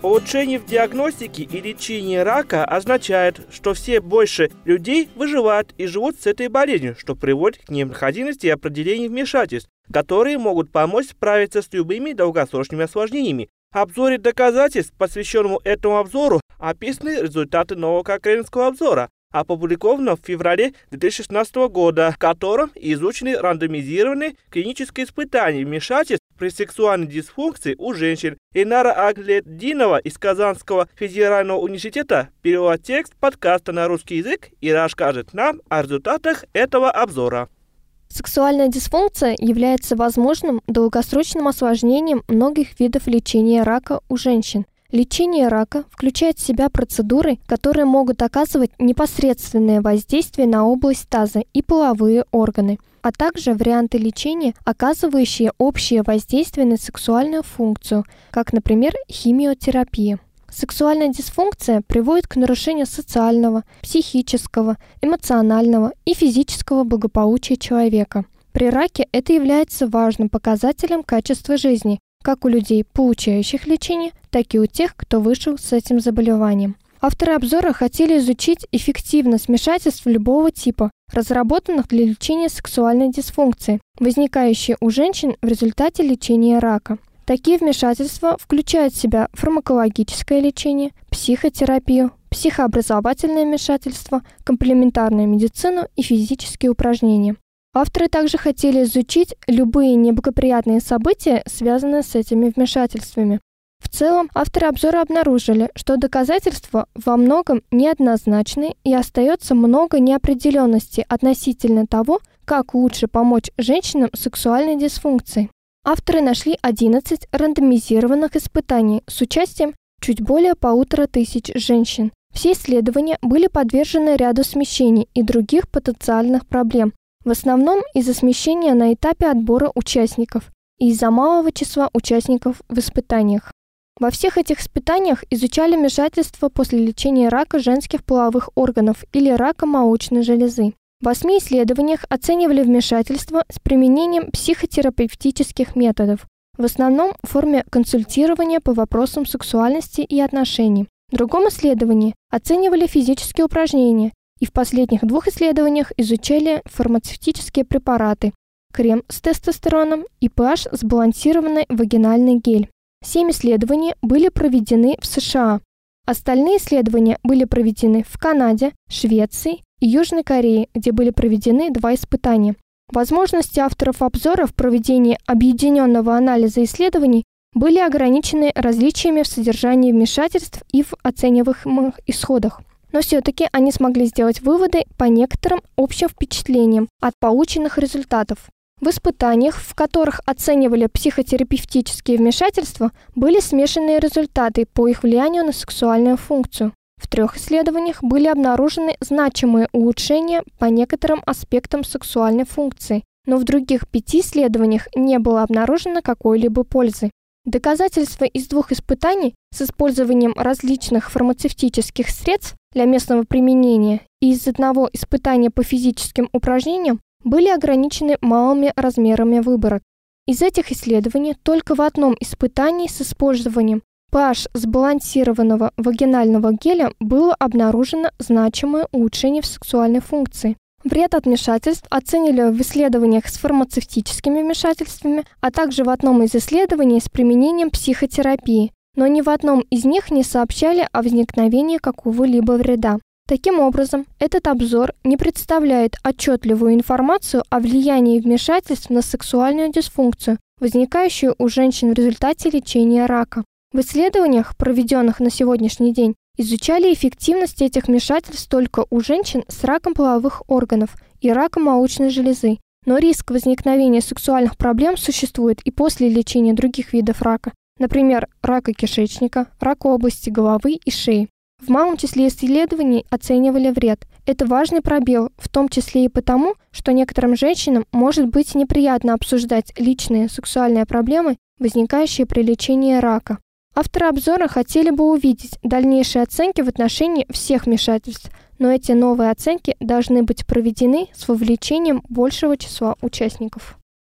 Улучшение в диагностике и лечении рака означает, что все больше людей выживают и живут с этой болезнью, что приводит к необходимости определения вмешательств, которые могут помочь справиться с любыми долгосрочными осложнениями. В обзоре доказательств, посвященному этому обзору, описаны результаты нового Кохренского обзора, опубликованного в феврале 2016 года, в котором изучены рандомизированные клинические испытания вмешательств при сексуальной дисфункции у женщин. Инара Аглетдинова из Казанского федерального университета перевела текст подкаста на русский язык и расскажет нам о результатах этого обзора. Сексуальная дисфункция является возможным долгосрочным осложнением многих видов лечения рака у женщин. Лечение рака включает в себя процедуры, которые могут оказывать непосредственное воздействие на область таза и половые органы, а также варианты лечения, оказывающие общее воздействие на сексуальную функцию, как, например, химиотерапия. Сексуальная дисфункция приводит к нарушению социального, психического, эмоционального и физического благополучия человека. При раке это является важным показателем качества жизни, как у людей, получающих лечение, так и у тех, кто вышел с этим заболеванием. Авторы обзора хотели изучить эффективность вмешательств любого типа, разработанных для лечения сексуальной дисфункции, возникающей у женщин в результате лечения рака. Такие вмешательства включают в себя фармакологическое лечение, психотерапию, психообразовательное вмешательство, комплементарную медицину и физические упражнения. Авторы также хотели изучить любые неблагоприятные события, связанные с этими вмешательствами. В целом, авторы обзора обнаружили, что доказательства во многом неоднозначны и остается много неопределенности относительно того, как лучше помочь женщинам с сексуальной дисфункцией. Авторы нашли 11 рандомизированных испытаний с участием чуть более 1500 женщин. Все исследования были подвержены ряду смещений и других потенциальных проблем, в основном из-за смещения на этапе отбора участников и из-за малого числа участников в испытаниях. Во всех этих испытаниях изучали вмешательства после лечения рака женских половых органов или рака молочной железы. В 8 исследованиях оценивали вмешательства с применением психотерапевтических методов, в основном в форме консультирования по вопросам сексуальности и отношений. В другом исследовании оценивали физические упражнения, и в последних 2 исследованиях изучали фармацевтические препараты, крем с тестостероном и pH сбалансированный вагинальный гель. 7 исследований были проведены в США. Остальные исследования были проведены в Канаде, Швеции и Южной Корее, где были проведены 2 испытания. Возможности авторов обзора в проведении объединенного анализа исследований были ограничены различиями в содержании вмешательств и в оцениваемых исходах. Но все-таки они смогли сделать выводы по некоторым общим впечатлениям от полученных результатов. В испытаниях, в которых оценивали психотерапевтические вмешательства, были смешанные результаты по их влиянию на сексуальную функцию. В 3 исследованиях были обнаружены значимые улучшения по некоторым аспектам сексуальной функции, но в других 5 исследованиях не было обнаружено какой-либо пользы. Доказательства из 2 испытаний с использованием различных фармацевтических средств для местного применения и из 1 испытания по физическим упражнениям были ограничены малыми размерами выборок. Из этих исследований только в 1 испытании с использованием pH сбалансированного вагинального геля было обнаружено значимое улучшение в сексуальной функции. Вред от вмешательств оценили в исследованиях с фармацевтическими вмешательствами, а также в 1 из исследований с применением психотерапии, но ни в 1 из них не сообщали о возникновении какого-либо вреда. Таким образом, этот обзор не представляет отчетливую информацию о влиянии вмешательств на сексуальную дисфункцию, возникающую у женщин в результате лечения рака. В исследованиях, проведенных на сегодняшний день, изучали эффективность этих вмешательств только у женщин с раком половых органов и раком молочной железы, но риск возникновения сексуальных проблем существует и после лечения других видов рака, например, рака кишечника, рака области головы и шеи. В малом числе исследований оценивали вред. Это важный пробел, в том числе и потому, что некоторым женщинам может быть неприятно обсуждать личные сексуальные проблемы, возникающие при лечении рака. Авторы обзора хотели бы увидеть дальнейшие оценки в отношении всех вмешательств, но эти новые оценки должны быть проведены с вовлечением большего числа участников.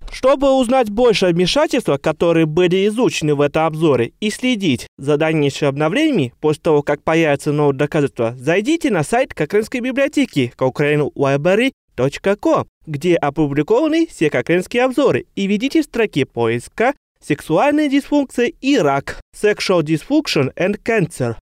Чтобы узнать больше о вмешательствах, которые были изучены в этом обзоре, и следить за дальнейшими обновлениями после того, как появятся новые доказательства, зайдите на сайт Кокринской библиотеки cochrane.library.com, где опубликованы все кокринские обзоры, и введите в строке поиска «Сексуальная дисфункция и рак» Sexual Dysfunction and Cancer.